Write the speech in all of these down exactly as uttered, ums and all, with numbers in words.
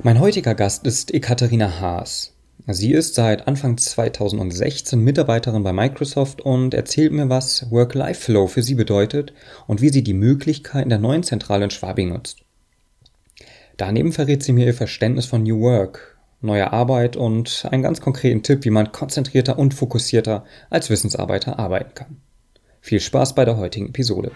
Mein heutiger Gast ist Ekaterina Haas. Sie ist seit Anfang zweitausendsechzehn Mitarbeiterin bei Microsoft und erzählt mir, was Work-Life-Flow für sie bedeutet und wie sie die Möglichkeiten der neuen Zentrale in Schwabing nutzt. Daneben verrät sie mir ihr Verständnis von New Work, neuer Arbeit und einen ganz konkreten Tipp, wie man konzentrierter und fokussierter als Wissensarbeiter arbeiten kann. Viel Spaß bei der heutigen Episode.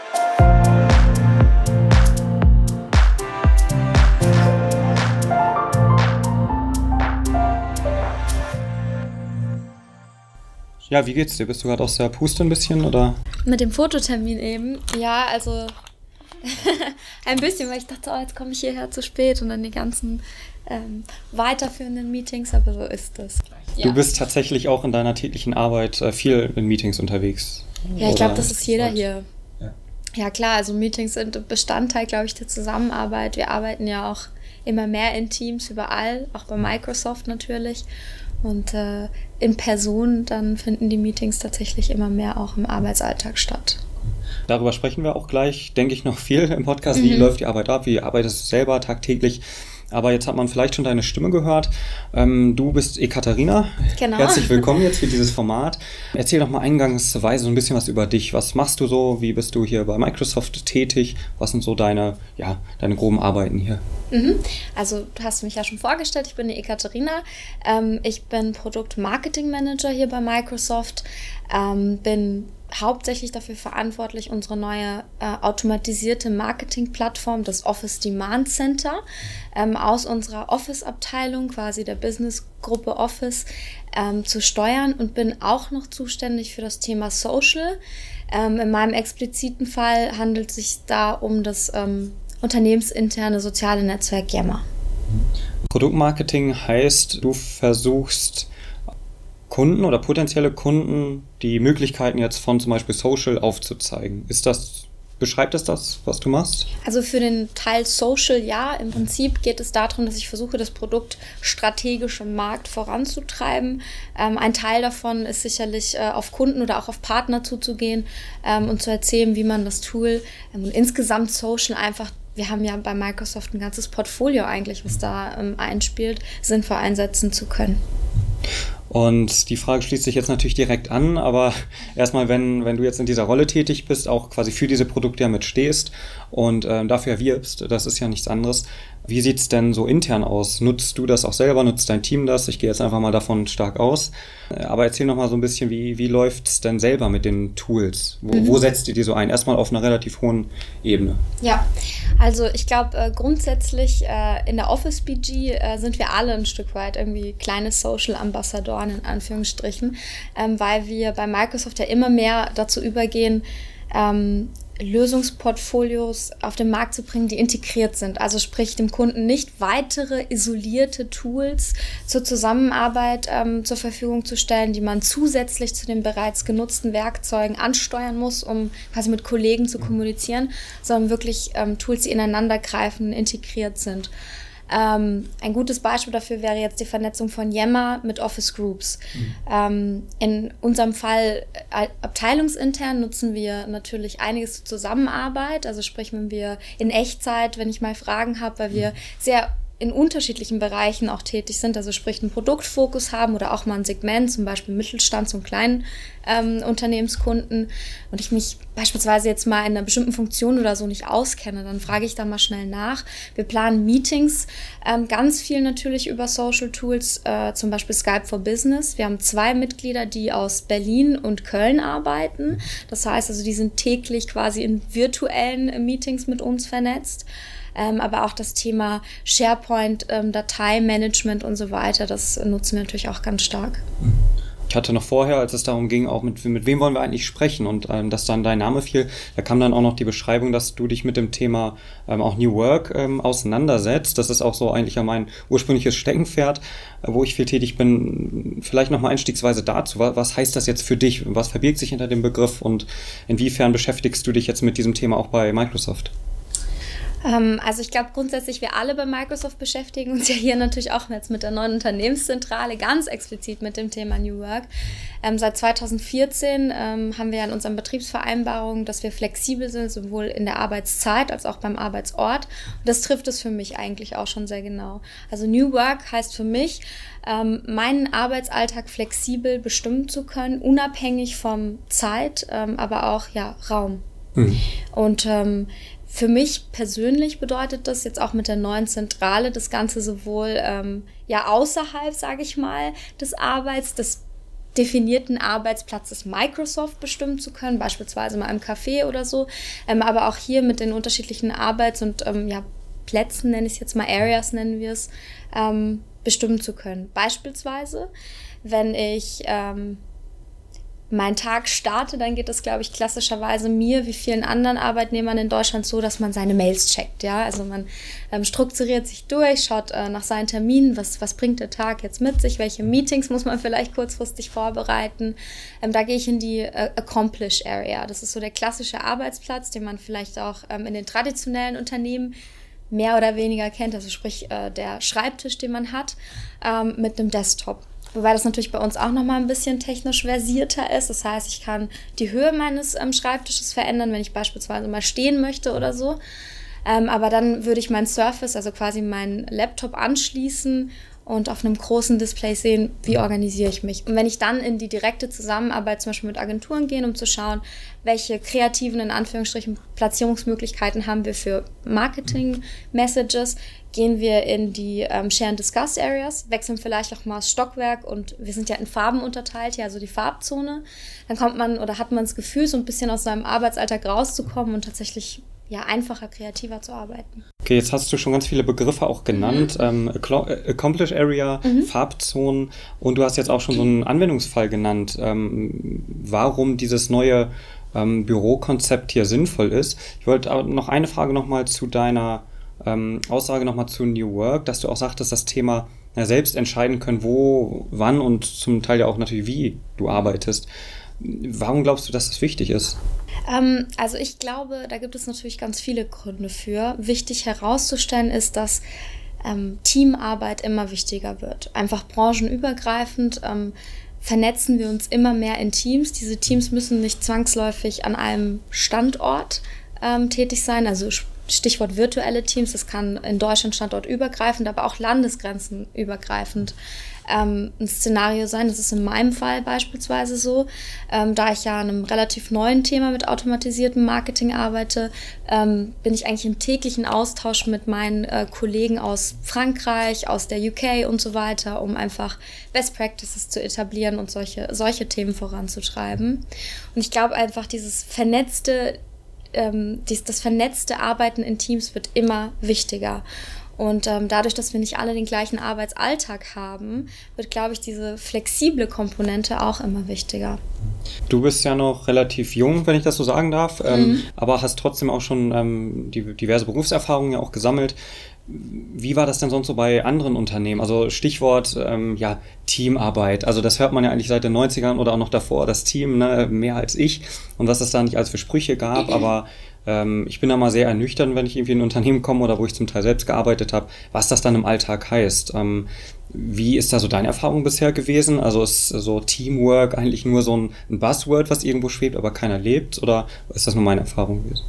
Ja, wie geht's dir? Bist du gerade aus der Puste ein bisschen, oder? Mit dem Fototermin eben, ja, also ein bisschen, weil ich dachte, oh, jetzt komme ich hierher zu spät und dann die ganzen ähm, weiterführenden Meetings, aber so ist das. Ja. Du bist tatsächlich auch in deiner täglichen Arbeit äh, viel in Meetings unterwegs. Ja, ich glaube, das ist jeder hier. Ja. Ja klar, also Meetings sind Bestandteil, glaube ich, der Zusammenarbeit. Wir arbeiten ja auch immer mehr in Teams überall, auch bei Microsoft natürlich. Und äh, in Person dann finden die Meetings tatsächlich immer mehr auch im Arbeitsalltag statt. Darüber sprechen wir auch gleich, denke ich, noch viel im Podcast. Mhm. Wie läuft die Arbeit ab? Wie arbeitest du selber tagtäglich? Aber jetzt hat man vielleicht schon deine Stimme gehört. Ähm, du bist Ekaterina. Genau. Herzlich willkommen jetzt für dieses Format. Erzähl doch mal eingangsweise so ein bisschen was über dich. Was machst du so? Wie bist du hier bei Microsoft tätig? Was sind so deine, ja, deine groben Arbeiten hier? Mhm. Also du hast mich ja schon vorgestellt, ich bin die Ekaterina. Ähm, ich bin Produkt-Marketing-Manager hier bei Microsoft. Ähm, bin hauptsächlich dafür verantwortlich, unsere neue äh, automatisierte Marketing-Plattform, das Office Demand Center, ähm, aus unserer Office-Abteilung, quasi der Business-Gruppe Office, ähm, zu steuern und bin auch noch zuständig für das Thema Social. Ähm, in meinem expliziten Fall handelt es sich da um das ähm, unternehmensinterne soziale Netzwerk Yammer. Produktmarketing heißt, du versuchst Kunden oder potenzielle Kunden die Möglichkeiten jetzt von zum Beispiel Social aufzuzeigen. Ist das, beschreibt es das, was du machst? Also für den Teil Social ja. Im Prinzip geht es darum, dass ich versuche, das Produkt strategisch im Markt voranzutreiben. Ähm, ein Teil davon ist sicherlich äh, auf Kunden oder auch auf Partner zuzugehen ähm, und zu erzählen, wie man das Tool ähm, und insgesamt Social einfach, wir haben ja bei Microsoft ein ganzes Portfolio eigentlich, was da ähm, einspielt, sinnvoll einsetzen zu können. Und die Frage schließt sich jetzt natürlich direkt an, aber erstmal, wenn, wenn du jetzt in dieser Rolle tätig bist, auch quasi für diese Produkte ja mitstehst und äh, dafür wirbst, das ist ja nichts anderes. Wie sieht es denn so intern aus? Nutzt du das auch selber? Nutzt dein Team das? Ich gehe jetzt einfach mal davon stark aus. Aber erzähl noch mal so ein bisschen, wie, wie läuft es denn selber mit den Tools? Wo, mhm. wo setzt ihr die so ein? Erstmal auf einer relativ hohen Ebene. Ja, also ich glaube äh, grundsätzlich äh, in der Office B G äh, sind wir alle ein Stück weit irgendwie kleine Social-Ambassadoren in Anführungsstrichen, ähm, weil wir bei Microsoft ja immer mehr dazu übergehen, ähm, Lösungsportfolios auf den Markt zu bringen, die integriert sind. Also sprich, dem Kunden nicht weitere isolierte Tools zur Zusammenarbeit ähm, zur Verfügung zu stellen, die man zusätzlich zu den bereits genutzten Werkzeugen ansteuern muss, um quasi mit Kollegen zu kommunizieren, sondern wirklich ähm, Tools, die ineinander greifen, integriert sind. Ähm, ein gutes Beispiel dafür wäre jetzt die Vernetzung von Yammer mit Office Groups. Mhm. Ähm, in unserem Fall äh, abteilungsintern nutzen wir natürlich einiges zur Zusammenarbeit, also sprich, wenn wir in Echtzeit, wenn ich mal Fragen habe, weil wir sehr in unterschiedlichen Bereichen auch tätig sind, also sprich einen Produktfokus haben oder auch mal ein Segment, zum Beispiel Mittelstands- und kleinen ähm, Unternehmenskunden und ich mich beispielsweise jetzt mal in einer bestimmten Funktion oder so nicht auskenne, dann frage ich da mal schnell nach. Wir planen Meetings, ähm, ganz viel natürlich über Social Tools, äh, zum Beispiel Skype for Business. Wir haben zwei Mitglieder, die aus Berlin und Köln arbeiten. Das heißt also, die sind täglich quasi in virtuellen äh, Meetings mit uns vernetzt. Ähm, aber auch das Thema SharePoint, ähm, Dateimanagement und so weiter, das nutzen wir natürlich auch ganz stark. Ich hatte noch vorher, als es darum ging, auch mit, mit wem wollen wir eigentlich sprechen und ähm, dass dann dein Name fiel, da kam dann auch noch die Beschreibung, dass du dich mit dem Thema ähm, auch New Work ähm, auseinandersetzt. Das ist auch so eigentlich ja mein ursprüngliches Steckenpferd, äh, wo ich viel tätig bin. Vielleicht nochmal einstiegsweise dazu. Was, was heißt das jetzt für dich? Was verbirgt sich hinter dem Begriff und inwiefern beschäftigst du dich jetzt mit diesem Thema auch bei Microsoft? Also ich glaube grundsätzlich, wir alle bei Microsoft beschäftigen uns ja hier natürlich auch jetzt mit der neuen Unternehmenszentrale ganz explizit mit dem Thema New Work. Ähm, seit zweitausendvierzehn ähm, haben wir ja in unseren Betriebsvereinbarungen, dass wir flexibel sind, sowohl in der Arbeitszeit als auch beim Arbeitsort. Und das trifft es für mich eigentlich auch schon sehr genau. Also New Work heißt für mich, ähm, meinen Arbeitsalltag flexibel bestimmen zu können, unabhängig vom Zeit, ähm, aber auch ja, Raum. Mhm. Und ähm, für mich persönlich bedeutet das jetzt auch mit der neuen Zentrale, das Ganze sowohl ähm, ja außerhalb, sage ich mal, des Arbeits, des definierten Arbeitsplatzes Microsoft bestimmen zu können, beispielsweise mal im Café oder so, ähm, aber auch hier mit den unterschiedlichen Arbeits- und ähm, ja, Plätzen, nenne ich es jetzt mal, Areas nennen wir es, ähm, bestimmen zu können. Beispielsweise, wenn ich ähm, meinen Tag starte, dann geht es, glaube ich, klassischerweise mir wie vielen anderen Arbeitnehmern in Deutschland so, dass man seine Mails checkt. Ja? Also man ähm, strukturiert sich durch, schaut äh, nach seinen Terminen, was, was bringt der Tag jetzt mit sich, welche Meetings muss man vielleicht kurzfristig vorbereiten. Ähm, da gehe ich in die äh, Accomplish Area. Das ist so der klassische Arbeitsplatz, den man vielleicht auch ähm, in den traditionellen Unternehmen mehr oder weniger kennt, also sprich äh, der Schreibtisch, den man hat, ähm, mit einem Desktop. Wobei das natürlich bei uns auch nochmal ein bisschen technisch versierter ist. Das heißt, ich kann die Höhe meines ähm, Schreibtisches verändern, wenn ich beispielsweise mal stehen möchte oder so. Ähm, aber dann würde ich mein Surface, also quasi meinen Laptop anschließen und auf einem großen Display sehen, wie organisiere ich mich. Und wenn ich dann in die direkte Zusammenarbeit zum Beispiel mit Agenturen gehe, um zu schauen, welche kreativen, in Anführungsstrichen, Platzierungsmöglichkeiten haben wir für Marketing-Messages, gehen wir in die ähm, Share and Discuss Areas, wechseln vielleicht auch mal das Stockwerk und wir sind ja in Farben unterteilt, ja, also die Farbzone. Dann kommt man oder hat man das Gefühl, so ein bisschen aus seinem Arbeitsalltag rauszukommen und tatsächlich ja, einfacher, kreativer zu arbeiten. Okay, jetzt hast du schon ganz viele Begriffe auch genannt. Mhm. Ähm, Accomplish Area, mhm. Farbzonen und du hast jetzt auch schon so einen Anwendungsfall genannt, ähm, warum dieses neue ähm, Bürokonzept hier sinnvoll ist. Ich wollte aber noch eine Frage nochmal zu deiner ähm, Aussage nochmal zu New Work, dass du auch sagtest, das Thema ja, selbst entscheiden können, wo, wann und zum Teil ja auch natürlich wie du arbeitest. Warum glaubst du, dass das wichtig ist? Ähm, also ich glaube, da gibt es natürlich ganz viele Gründe für. Wichtig herauszustellen ist, dass ähm, Teamarbeit immer wichtiger wird. Einfach branchenübergreifend ähm, vernetzen wir uns immer mehr in Teams. Diese Teams müssen nicht zwangsläufig an einem Standort ähm, tätig sein, also Stichwort virtuelle Teams, das kann in Deutschland standortübergreifend, aber auch landesgrenzenübergreifend ähm, ein Szenario sein. Das ist in meinem Fall beispielsweise so, ähm, da ich ja an einem relativ neuen Thema mit automatisiertem Marketing arbeite, ähm, bin ich eigentlich im täglichen Austausch mit meinen äh, Kollegen aus Frankreich, aus der U K und so weiter, um einfach Best Practices zu etablieren und solche, solche Themen voranzutreiben. Und ich glaube einfach, dieses vernetzte Ähm, dies, das vernetzte Arbeiten in Teams wird immer wichtiger. Und ähm, dadurch, dass wir nicht alle den gleichen Arbeitsalltag haben, wird, glaube ich, diese flexible Komponente auch immer wichtiger. Du bist ja noch relativ jung, wenn ich das so sagen darf, mhm. ähm, aber hast trotzdem auch schon ähm, die, diverse Berufserfahrungen ja auch gesammelt. Wie war das denn sonst so bei anderen Unternehmen? Also Stichwort ähm, ja, Teamarbeit. Also das hört man ja eigentlich seit den neunzigern oder auch noch davor, das Team, ne, mehr als ich und was es da nicht alles für Sprüche gab. Aber ähm, ich bin da mal sehr ernüchternd, wenn ich irgendwie in ein Unternehmen komme oder wo ich zum Teil selbst gearbeitet habe, was das dann im Alltag heißt. Ähm, wie ist da so deine Erfahrung bisher gewesen? Also ist so Teamwork eigentlich nur so ein, ein Buzzword, was irgendwo schwebt, aber keiner lebt? Oder ist das nur meine Erfahrung gewesen?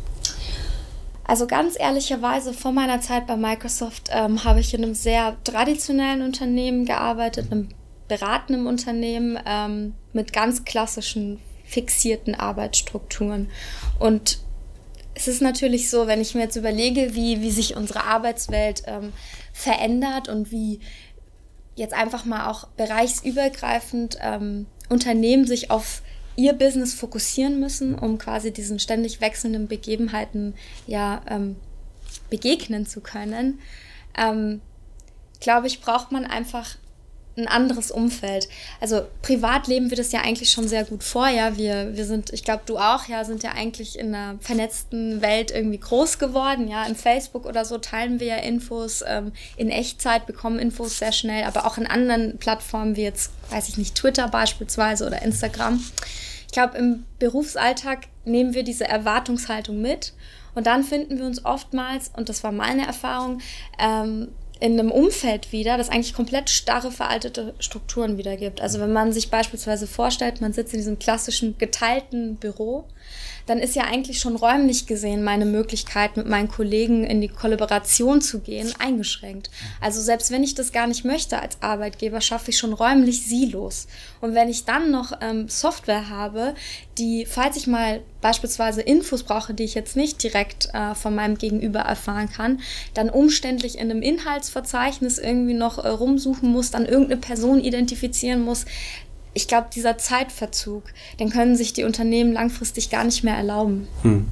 Also ganz ehrlicherweise, vor meiner Zeit bei Microsoft ähm, habe ich in einem sehr traditionellen Unternehmen gearbeitet, einem beratenden Unternehmen ähm, mit ganz klassischen, fixierten Arbeitsstrukturen. Und es ist natürlich so, wenn ich mir jetzt überlege, wie, wie sich unsere Arbeitswelt ähm, verändert und wie jetzt einfach mal auch bereichsübergreifend ähm, Unternehmen sich auf ihr Business fokussieren müssen, um quasi diesen ständig wechselnden Begebenheiten ja ähm, begegnen zu können, ähm, glaube ich, braucht man einfach ein anderes Umfeld. Also privat leben wir das ja eigentlich schon sehr gut vor, ja, wir, wir sind, ich glaube du auch, ja, sind ja eigentlich in einer vernetzten Welt irgendwie groß geworden, ja, in Facebook oder so teilen wir ja Infos ähm, in Echtzeit, bekommen Infos sehr schnell, aber auch in anderen Plattformen wie jetzt, weiß ich nicht, Twitter beispielsweise oder Instagram. Ich glaube, im Berufsalltag nehmen wir diese Erwartungshaltung mit und dann finden wir uns oftmals, und das war meine Erfahrung, ähm, in einem Umfeld wieder, das eigentlich komplett starre, veraltete Strukturen wiedergibt. Also wenn man sich beispielsweise vorstellt, man sitzt in diesem klassischen geteilten Büro, dann ist ja eigentlich schon räumlich gesehen meine Möglichkeit, mit meinen Kollegen in die Kollaboration zu gehen, eingeschränkt. Also selbst wenn ich das gar nicht möchte als Arbeitgeber, schaffe ich schon räumlich Silos. Und wenn ich dann noch ähm, Software habe, die, falls ich mal beispielsweise Infos brauche, die ich jetzt nicht direkt äh, von meinem Gegenüber erfahren kann, dann umständlich in einem Inhaltsverzeichnis irgendwie noch äh, rumsuchen muss, dann irgendeine Person identifizieren muss. Ich glaube, dieser Zeitverzug, den können sich die Unternehmen langfristig gar nicht mehr erlauben. Hm.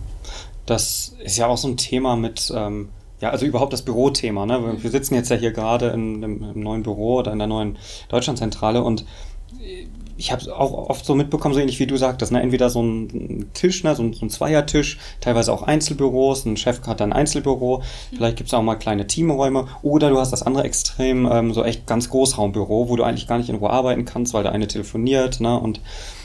Das ist ja auch so ein Thema mit, ähm, ja, also überhaupt das Bürothema. Ne? Wir sitzen jetzt ja hier gerade in, im, im neuen Büro oder in der neuen Deutschlandzentrale und ich habe es auch oft so mitbekommen, so ähnlich wie du sagtest, ne? Entweder so ein Tisch, ne? so, ein, so ein Zweiertisch, teilweise auch Einzelbüros, ein Chef hat ein Einzelbüro, mhm. vielleicht gibt es auch mal kleine Teamräume oder du hast das andere Extrem, ähm, so echt ganz Großraumbüro, wo du eigentlich gar nicht in Ruhe arbeiten kannst, weil der eine telefoniert, ne? Und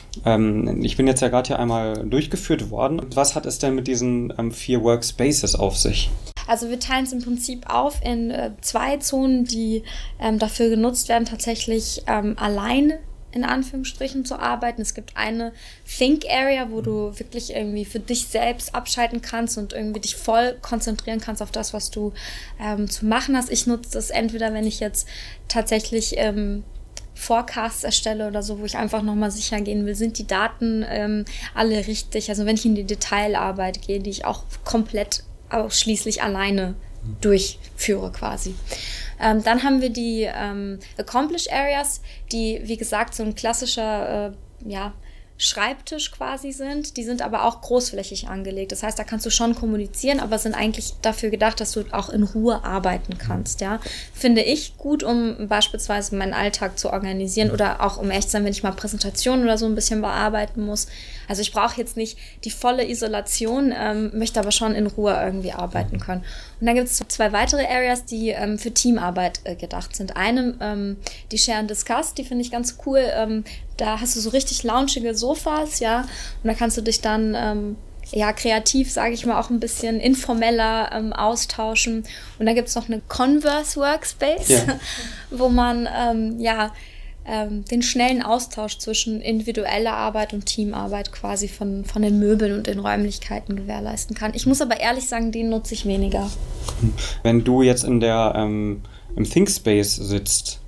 ähm, ich bin jetzt ja gerade hier einmal durchgeführt worden. Was hat es denn mit diesen ähm, vier Workspaces auf sich? Also wir teilen es im Prinzip auf in äh, zwei Zonen, die ähm, dafür genutzt werden, tatsächlich ähm, alleine in Anführungsstrichen zu arbeiten. Es gibt eine Think Area, wo du wirklich irgendwie für dich selbst abschalten kannst und irgendwie dich voll konzentrieren kannst auf das, was du ähm, zu machen hast. Ich nutze das entweder, wenn ich jetzt tatsächlich ähm, Forecasts erstelle oder so, wo ich einfach nochmal sicher gehen will, sind die Daten ähm, alle richtig. Also wenn ich in die Detailarbeit gehe, die ich auch komplett ausschließlich alleine durchführe quasi. Ähm, dann haben wir die ähm, Accomplish Areas, die, wie gesagt, so ein klassischer äh, ja, Schreibtisch quasi sind. Die sind aber auch großflächig angelegt. Das heißt, da kannst du schon kommunizieren, aber sind eigentlich dafür gedacht, dass du auch in Ruhe arbeiten kannst. Ja? Finde ich gut, um beispielsweise meinen Alltag zu organisieren oder auch, um echt zu sein, wenn ich mal Präsentationen oder so ein bisschen bearbeiten muss. Also ich brauche jetzt nicht die volle Isolation, ähm, möchte aber schon in Ruhe irgendwie arbeiten können. Und dann gibt es zwei weitere Areas, die ähm, für Teamarbeit äh, gedacht sind. Eine, ähm, die Share and Discuss, die finde ich ganz cool. Ähm, da hast du so richtig loungige Sofas, ja, und da kannst du dich dann ähm, ja kreativ, sage ich mal, auch ein bisschen informeller ähm, austauschen. Und dann gibt es noch eine Converse Workspace, ja. wo man ähm, ja ähm, den schnellen Austausch zwischen individueller Arbeit und Teamarbeit quasi von, von den Möbeln und den Räumlichkeiten gewährleisten kann. Ich muss aber ehrlich sagen, den nutze ich weniger. Wenn du jetzt in der ähm, im ThinkSpace sitzt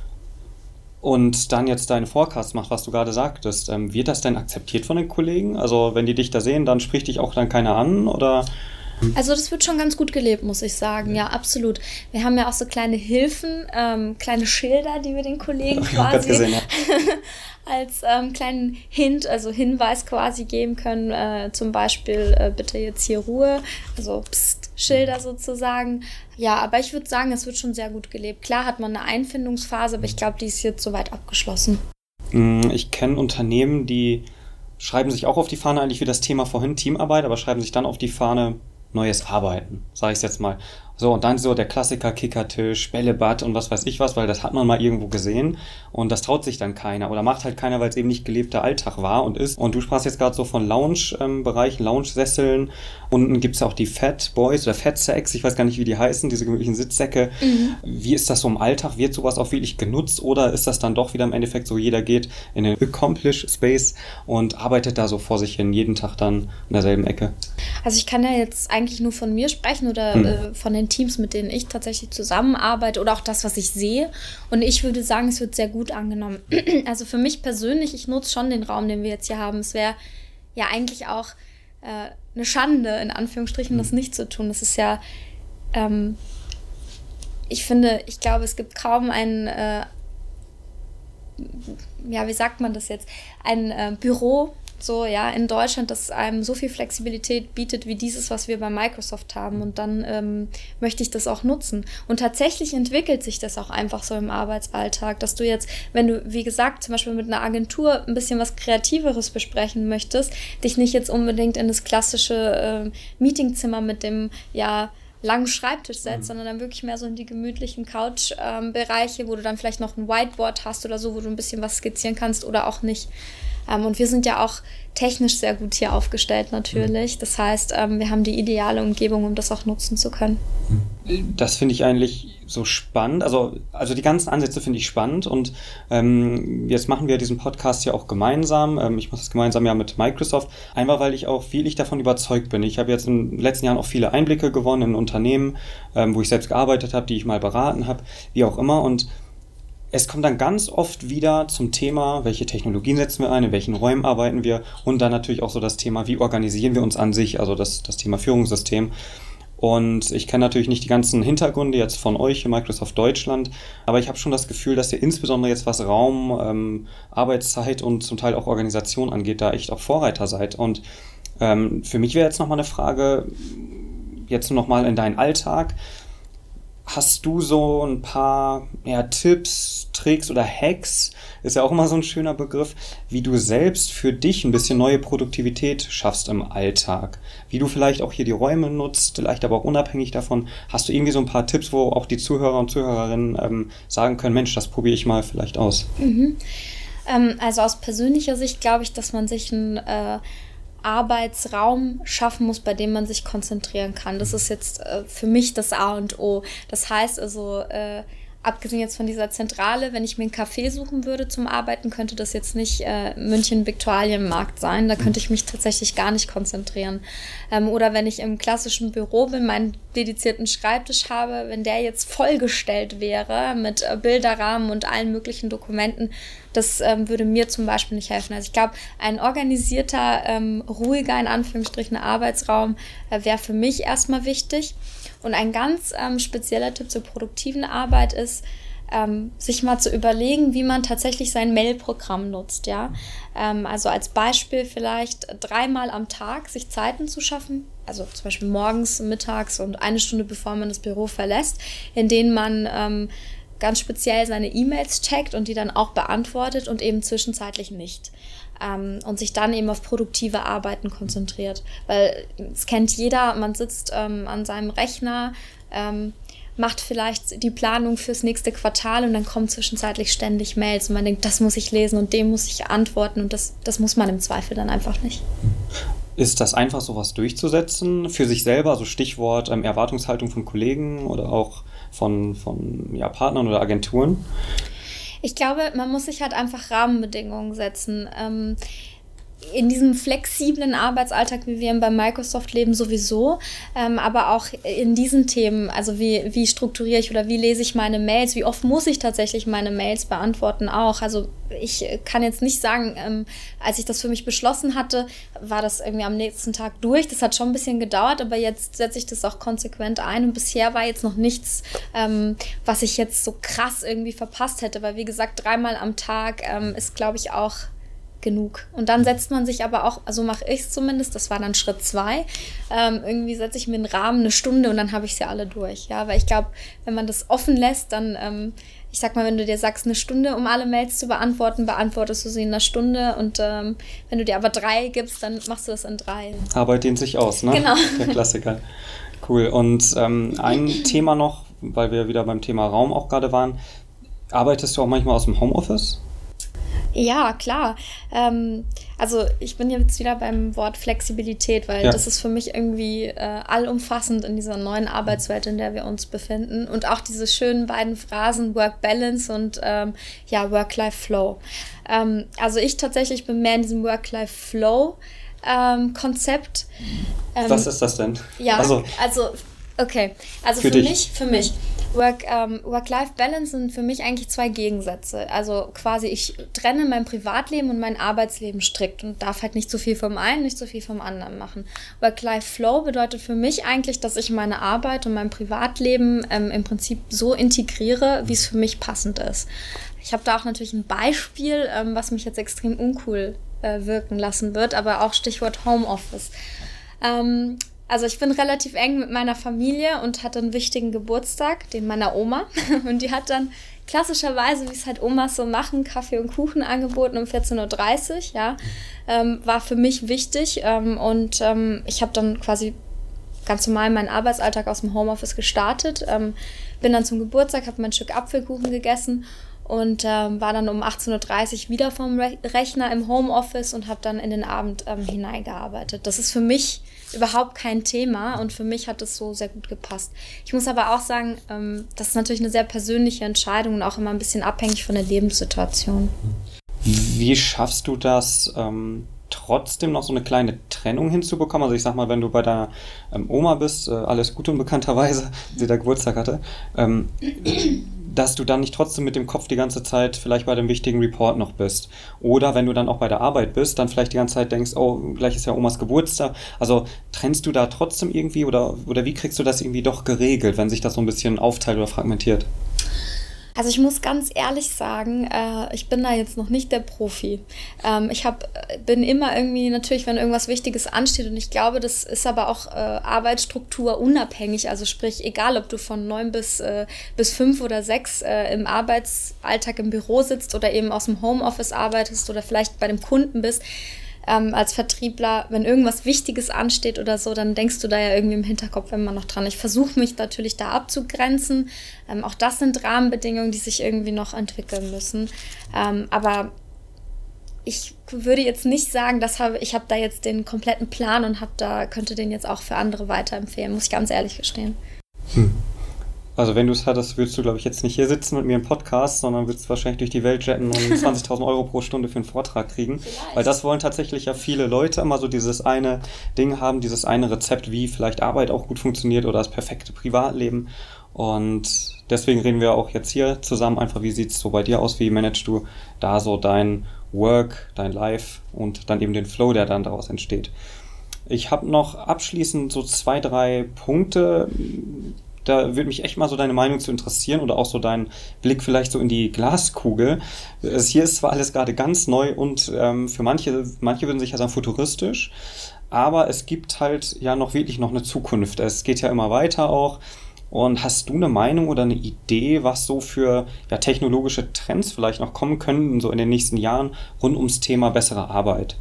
und dann jetzt deinen Forecast macht, was du gerade sagtest, ähm, wird das denn akzeptiert von den Kollegen? Also wenn die dich da sehen, dann spricht dich auch dann keiner an, oder? Also das wird schon ganz gut gelebt, muss ich sagen. Ja, absolut. Wir haben ja auch so kleine Hilfen, ähm, kleine Schilder, die wir den Kollegen ich quasi gesehen, ja. als ähm, kleinen Hint, also Hinweis quasi geben können. Äh, zum Beispiel, äh, bitte jetzt hier Ruhe, also Psst, Schilder sozusagen. Ja, aber ich würde sagen, es wird schon sehr gut gelebt. Klar hat man eine Einfindungsphase, aber ich glaube, die ist jetzt soweit abgeschlossen. Ich kenne Unternehmen, die schreiben sich auch auf die Fahne, eigentlich wie das Thema vorhin, Teamarbeit, aber schreiben sich dann auf die Fahne neues Arbeiten, sage ich es jetzt mal. So, und dann so der Klassiker Kickertisch, Bällebad und was weiß ich was, weil das hat man mal irgendwo gesehen und das traut sich dann keiner oder macht halt keiner, weil es eben nicht gelebter Alltag war und ist. Und du sprachst jetzt gerade so von Lounge-Bereichen, Lounge-Sesseln. Unten gibt es auch die Fat Boys oder Fat Sacks, ich weiß gar nicht, wie die heißen, diese gemütlichen Sitzsäcke. Mhm. Wie ist das so im Alltag? Wird sowas auch wirklich genutzt oder ist das dann doch wieder im Endeffekt so, jeder geht in den Accomplish-Space und arbeitet da so vor sich hin, jeden Tag dann in derselben Ecke? Also ich kann ja jetzt eigentlich nur von mir sprechen oder hm. äh, von den Teams, mit denen ich tatsächlich zusammenarbeite oder auch das, was ich sehe. Und ich würde sagen, es wird sehr gut angenommen. Also für mich persönlich, ich nutze schon den Raum, den wir jetzt hier haben. Es wäre ja eigentlich auch äh, eine Schande, in Anführungsstrichen, hm. das nicht zu tun. Das ist ja, ähm, ich finde, ich glaube, es gibt kaum ein, äh, ja, wie sagt man das jetzt, ein äh, Büro, so, ja, in Deutschland, das einem so viel Flexibilität bietet wie dieses, was wir bei Microsoft haben. Und dann ähm, möchte ich das auch nutzen. Und tatsächlich entwickelt sich das auch einfach so im Arbeitsalltag, dass du jetzt, wenn du, wie gesagt, zum Beispiel mit einer Agentur ein bisschen was Kreativeres besprechen möchtest, dich nicht jetzt unbedingt in das klassische äh, Meetingzimmer mit dem, ja, langen Schreibtisch setzt, mhm. sondern dann wirklich mehr so in die gemütlichen Couch-Bereiche, ähm, wo du dann vielleicht noch ein Whiteboard hast oder so, wo du ein bisschen was skizzieren kannst oder auch nicht. Ähm, und wir sind ja auch technisch sehr gut hier aufgestellt natürlich. Das heißt, ähm, wir haben die ideale Umgebung, um das auch nutzen zu können. Das finde ich eigentlich so spannend. Also, also die ganzen Ansätze finde ich spannend und ähm, jetzt machen wir diesen Podcast ja auch gemeinsam. Ähm, ich mache das gemeinsam ja mit Microsoft, einfach weil ich auch viel ich davon überzeugt bin. Ich habe jetzt in den letzten Jahren auch viele Einblicke gewonnen in Unternehmen, ähm, wo ich selbst gearbeitet habe, die ich mal beraten habe, wie auch immer. Und es kommt dann ganz oft wieder zum Thema, welche Technologien setzen wir ein, in welchen Räumen arbeiten wir und dann natürlich auch so das Thema, wie organisieren wir uns an sich, also das, das Thema Führungssystem. Und ich kenne natürlich nicht die ganzen Hintergründe jetzt von euch in Microsoft Deutschland, aber ich habe schon das Gefühl, dass ihr insbesondere jetzt was Raum, ähm, Arbeitszeit und zum Teil auch Organisation angeht, da echt auch Vorreiter seid. Und ähm, für mich wäre jetzt nochmal eine Frage, jetzt nochmal in deinen Alltag. Hast du so ein paar ja, Tipps, Tricks oder Hacks, ist ja auch immer so ein schöner Begriff, wie du selbst für dich ein bisschen neue Produktivität schaffst im Alltag? Wie du vielleicht auch hier die Räume nutzt, vielleicht aber auch unabhängig davon. Hast du irgendwie so ein paar Tipps, wo auch die Zuhörer und Zuhörerinnen ähm, sagen können, Mensch, das probiere ich mal vielleicht aus? Mhm. Ähm, also aus persönlicher Sicht glaube ich, dass man sich ein äh, Arbeitsraum schaffen muss, bei dem man sich konzentrieren kann. Das ist jetzt äh, für mich das A und O. Das heißt also, äh, abgesehen jetzt von dieser Zentrale, wenn ich mir einen Café suchen würde zum Arbeiten, könnte das jetzt nicht äh, München-Viktualienmarkt sein. Da könnte ich mich tatsächlich gar nicht konzentrieren. Ähm, oder wenn ich im klassischen Büro bin, meinen dedizierten Schreibtisch habe, wenn der jetzt vollgestellt wäre mit äh, Bilderrahmen und allen möglichen Dokumenten, das ähm, würde mir zum Beispiel nicht helfen. Also ich glaube, ein organisierter, ähm, ruhiger, in Anführungsstrichen, Arbeitsraum äh, wäre für mich erstmal wichtig. Und ein ganz ähm, spezieller Tipp zur produktiven Arbeit ist, ähm, sich mal zu überlegen, wie man tatsächlich sein Mail-Programm nutzt. Ja? Ähm, also als Beispiel vielleicht dreimal am Tag sich Zeiten zu schaffen, also zum Beispiel morgens, mittags und eine Stunde bevor man das Büro verlässt, in denen man ähm, ganz speziell seine E-Mails checkt und die dann auch beantwortet und eben zwischenzeitlich nicht. Ähm, und sich dann eben auf produktive Arbeiten konzentriert. Weil es kennt jeder, man sitzt ähm, an seinem Rechner, ähm, macht vielleicht die Planung fürs nächste Quartal und dann kommen zwischenzeitlich ständig Mails und man denkt, das muss ich lesen und dem muss ich antworten und das, das muss man im Zweifel dann einfach nicht. Ist das einfach, sowas durchzusetzen für sich selber, also Stichwort ähm, Erwartungshaltung von Kollegen oder auch von, von ja, Partnern oder Agenturen? Ich glaube, man muss sich halt einfach Rahmenbedingungen setzen. Ähm, in diesem flexiblen Arbeitsalltag, wie wir ihn bei Microsoft leben, sowieso, ähm, aber auch in diesen Themen, also wie, wie strukturiere ich oder wie lese ich meine Mails, wie oft muss ich tatsächlich meine Mails beantworten auch. Also ich kann jetzt nicht sagen, ähm, als ich das für mich beschlossen hatte, war das irgendwie am nächsten Tag durch. Das hat schon ein bisschen gedauert, aber jetzt setze ich das auch konsequent ein und bisher war jetzt noch nichts, ähm, was ich jetzt so krass irgendwie verpasst hätte, weil wie gesagt, dreimal am Tag ähm, ist, glaube ich, auch genug. Und dann setzt man sich aber auch, also mache ich es zumindest, das war dann Schritt zwei, ähm, irgendwie setze ich mir einen Rahmen, eine Stunde und dann habe ich sie alle durch. Ja, weil ich glaube, wenn man das offen lässt, dann, ähm, ich sag mal, wenn du dir sagst, eine Stunde, um alle Mails zu beantworten, beantwortest du sie in einer Stunde und ähm, wenn du dir aber drei gibst, dann machst du das in drei. Arbeit dehnt sich aus, ne? Genau. Der Klassiker. Cool. Und ähm, ein Thema noch, weil wir wieder beim Thema Raum auch gerade waren, arbeitest du auch manchmal aus dem Homeoffice? Ja, klar. Ähm, also ich bin jetzt wieder beim Wort Flexibilität, weil ja. das ist für mich irgendwie äh, allumfassend in dieser neuen Arbeitswelt, in der wir uns befinden. Und auch diese schönen beiden Phrasen Work-Balance und ähm, ja, Work-Life-Flow. Ähm, also ich tatsächlich bin mehr in diesem Work-Life-Flow-Konzept. Ähm, Was ist das denn? Ja, also, also okay. Also für, für mich, für mich. Work, ähm, Work-Life-Balance sind für mich eigentlich zwei Gegensätze. Also quasi ich trenne mein Privatleben und mein Arbeitsleben strikt und darf halt nicht zu viel vom einen, nicht zu viel vom anderen machen. Work-Life-Flow bedeutet für mich eigentlich, dass ich meine Arbeit und mein Privatleben ähm, im Prinzip so integriere, wie es für mich passend ist. Ich habe da auch natürlich ein Beispiel, ähm, was mich jetzt extrem uncool äh, wirken lassen wird, aber auch Stichwort Homeoffice. Ähm, Also ich bin relativ eng mit meiner Familie und hatte einen wichtigen Geburtstag, den meiner Oma. Und die hat dann klassischerweise, wie es halt Omas so machen, Kaffee und Kuchen angeboten um vierzehn Uhr dreißig. Ja, ähm, war für mich wichtig. Ähm, und ähm, ich habe dann quasi ganz normal meinen Arbeitsalltag aus dem Homeoffice gestartet. Ähm, bin dann zum Geburtstag, habe mein Stück Apfelkuchen gegessen und ähm, war dann um achtzehn Uhr dreißig wieder vom Re- Rechner im Homeoffice und habe dann in den Abend ähm, hineingearbeitet. Das ist für mich überhaupt kein Thema und für mich hat es so sehr gut gepasst. Ich muss aber auch sagen, ähm, das ist natürlich eine sehr persönliche Entscheidung und auch immer ein bisschen abhängig von der Lebenssituation. Wie schaffst du das, ähm, trotzdem noch so eine kleine Trennung hinzubekommen? Also ich sag mal, wenn du bei deiner ähm, Oma bist, äh, alles Gute unbekannterweise, sie da Geburtstag hatte, ähm, dass du dann nicht trotzdem mit dem Kopf die ganze Zeit vielleicht bei dem wichtigen Report noch bist. Oder wenn du dann auch bei der Arbeit bist, dann vielleicht die ganze Zeit denkst, oh, gleich ist ja Omas Geburtstag. Also trennst du da trotzdem irgendwie oder, oder wie kriegst du das irgendwie doch geregelt, wenn sich das so ein bisschen aufteilt oder fragmentiert? Also ich muss ganz ehrlich sagen, äh, ich bin da jetzt noch nicht der Profi. Ähm, ich hab, bin immer irgendwie natürlich, wenn irgendwas Wichtiges ansteht und ich glaube, das ist aber auch äh, Arbeitsstruktur unabhängig. Also sprich, egal ob du von neun bis, äh, bis fünf oder sechs äh, im Arbeitsalltag im Büro sitzt oder eben aus dem Homeoffice arbeitest oder vielleicht bei dem Kunden bist, Ähm, als Vertriebler, wenn irgendwas Wichtiges ansteht oder so, dann denkst du da ja irgendwie im Hinterkopf immer noch dran. Ich versuche mich natürlich da abzugrenzen. Ähm, auch das sind Rahmenbedingungen, die sich irgendwie noch entwickeln müssen. Ähm, aber ich würde jetzt nicht sagen, dass habe, ich habe da jetzt den kompletten Plan und hab da, könnte den jetzt auch für andere weiterempfehlen, muss ich ganz ehrlich gestehen. Hm. Also wenn du es hattest, würdest du, glaube ich, jetzt nicht hier sitzen mit mir im Podcast, sondern würdest wahrscheinlich durch die Welt jetten und zwanzigtausend Euro pro Stunde für einen Vortrag kriegen. Vielleicht. Weil das wollen tatsächlich ja viele Leute immer so dieses eine Ding haben, dieses eine Rezept, wie vielleicht Arbeit auch gut funktioniert oder das perfekte Privatleben. Und deswegen reden wir auch jetzt hier zusammen einfach, wie sieht es so bei dir aus, wie managst du da so dein Work, dein Life und dann eben den Flow, der dann daraus entsteht. Ich habe noch abschließend so zwei, drei Punkte. Da würde mich echt mal so deine Meinung zu interessieren oder auch so dein Blick vielleicht so in die Glaskugel. Es, hier ist zwar alles gerade ganz neu und ähm, für manche, manche würden sich ja sagen futuristisch, aber es gibt halt ja noch wirklich noch eine Zukunft. Es geht ja immer weiter auch. Und hast du eine Meinung oder eine Idee, was so für ja, technologische Trends vielleicht noch kommen könnten, so in den nächsten Jahren rund ums Thema bessere Arbeit?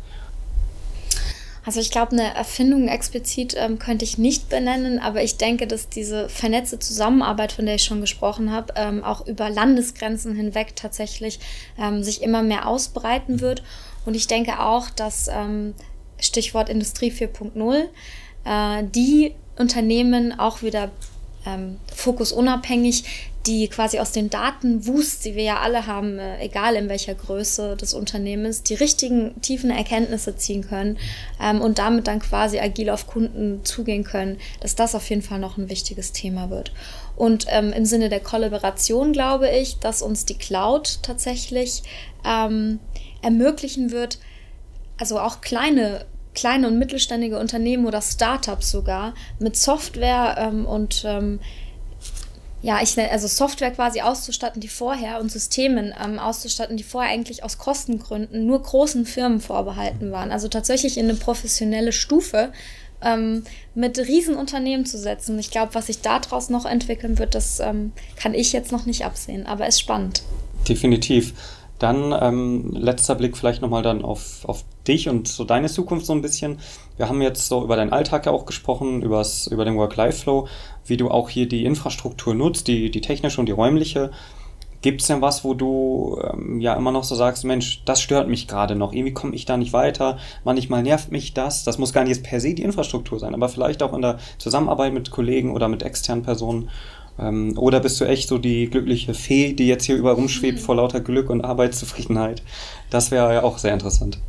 Also ich glaube, eine Erfindung explizit ähm, könnte ich nicht benennen, aber ich denke, dass diese vernetzte Zusammenarbeit, von der ich schon gesprochen habe, ähm, auch über Landesgrenzen hinweg tatsächlich ähm, sich immer mehr ausbreiten wird. Und ich denke auch, dass, ähm, Stichwort Industrie vier Punkt null, äh, die Unternehmen auch wieder ähm, fokusunabhängig, die quasi aus den Datenwust, die wir ja alle haben, äh, egal in welcher Größe des Unternehmens, die richtigen tiefen Erkenntnisse ziehen können ähm, und damit dann quasi agil auf Kunden zugehen können, dass das auf jeden Fall noch ein wichtiges Thema wird. Und ähm, im Sinne der Kollaboration glaube ich, dass uns die Cloud tatsächlich ähm, ermöglichen wird, also auch kleine kleine und mittelständige Unternehmen oder Startups sogar mit Software ähm, und ähm, ja, ich nenne, also Software quasi auszustatten, die vorher und Systemen ähm, auszustatten, die vorher eigentlich aus Kostengründen nur großen Firmen vorbehalten waren. Also tatsächlich in eine professionelle Stufe ähm, mit Riesenunternehmen zu setzen. Ich glaube, was sich daraus noch entwickeln wird, das ähm, kann ich jetzt noch nicht absehen, aber ist spannend. Definitiv. Dann ähm, letzter Blick vielleicht nochmal dann auf, auf dich und so deine Zukunft so ein bisschen. Wir haben jetzt so über deinen Alltag ja auch gesprochen, übers, über den Work-Life-Flow, wie du auch hier die Infrastruktur nutzt, die, die technische und die räumliche. Gibt es denn was, wo du ähm, ja immer noch so sagst, Mensch, das stört mich gerade noch, irgendwie komme ich da nicht weiter, manchmal nervt mich das. Das muss gar nicht jetzt per se die Infrastruktur sein, aber vielleicht auch in der Zusammenarbeit mit Kollegen oder mit externen Personen. Ähm, oder bist du echt so die glückliche Fee, die jetzt hier überall rumschwebt mhm. vor lauter Glück und Arbeitszufriedenheit? Das wäre ja auch sehr interessant.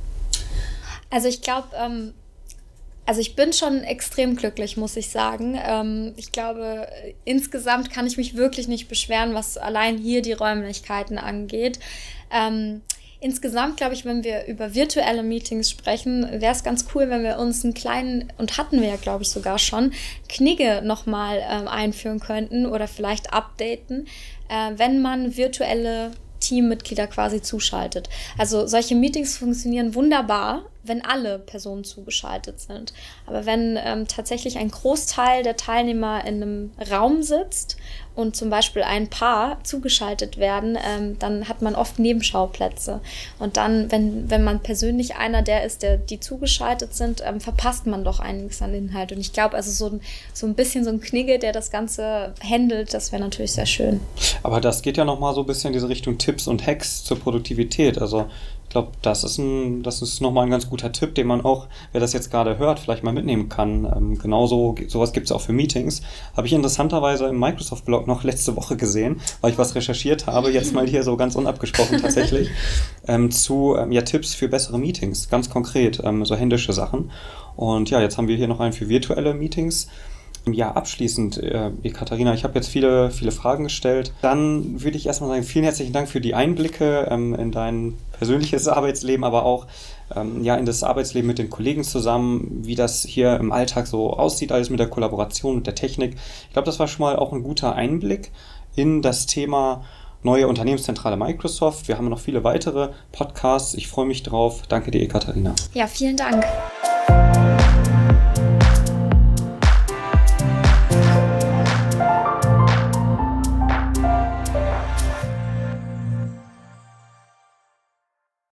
Also ich glaube, ähm, also ich bin schon extrem glücklich, muss ich sagen. Ähm, ich glaube, insgesamt kann ich mich wirklich nicht beschweren, was allein hier die Räumlichkeiten angeht. Ähm, Insgesamt glaube ich, wenn wir über virtuelle Meetings sprechen, wäre es ganz cool, wenn wir uns einen kleinen, und hatten wir ja glaube ich sogar schon, Knigge nochmal ähm, einführen könnten oder vielleicht updaten, äh, wenn man virtuelle Teammitglieder quasi zuschaltet. Also solche Meetings funktionieren wunderbar, wenn alle Personen zugeschaltet sind. Aber wenn ähm, tatsächlich ein Großteil der Teilnehmer in einem Raum sitzt und zum Beispiel ein Paar zugeschaltet werden, ähm, dann hat man oft Nebenschauplätze. Und dann, wenn, wenn man persönlich einer der ist, der die zugeschaltet sind, ähm, verpasst man doch einiges an Inhalt. Und ich glaube, also so ein, so ein bisschen so ein Knigge, der das Ganze handelt, das wäre natürlich sehr schön. Aber das geht ja nochmal so ein bisschen in diese Richtung Tipps und Hacks zur Produktivität. Also ich glaube, das ist ein, das ist nochmal ein ganz guter Tipp, den man auch, wer das jetzt gerade hört, vielleicht mal mitnehmen kann. Ähm, genauso, sowas gibt es auch für Meetings. Habe ich interessanterweise im Microsoft-Blog noch letzte Woche gesehen, weil ich was recherchiert habe, jetzt mal hier so ganz unabgesprochen tatsächlich, ähm, zu ähm, ja, Tipps für bessere Meetings, ganz konkret, ähm, so händische Sachen. Und ja, jetzt haben wir hier noch einen für virtuelle Meetings. Ja, abschließend, äh, Ekaterina, ich habe jetzt viele, viele Fragen gestellt. Dann würde ich erstmal sagen, vielen herzlichen Dank für die Einblicke ähm, in dein persönliches Arbeitsleben, aber auch ähm, ja, in das Arbeitsleben mit den Kollegen zusammen, wie das hier im Alltag so aussieht, alles mit der Kollaboration und der Technik. Ich glaube, das war schon mal auch ein guter Einblick in das Thema neue Unternehmenszentrale Microsoft. Wir haben noch viele weitere Podcasts. Ich freue mich drauf. Danke dir, Ekaterina. Ja, vielen Dank.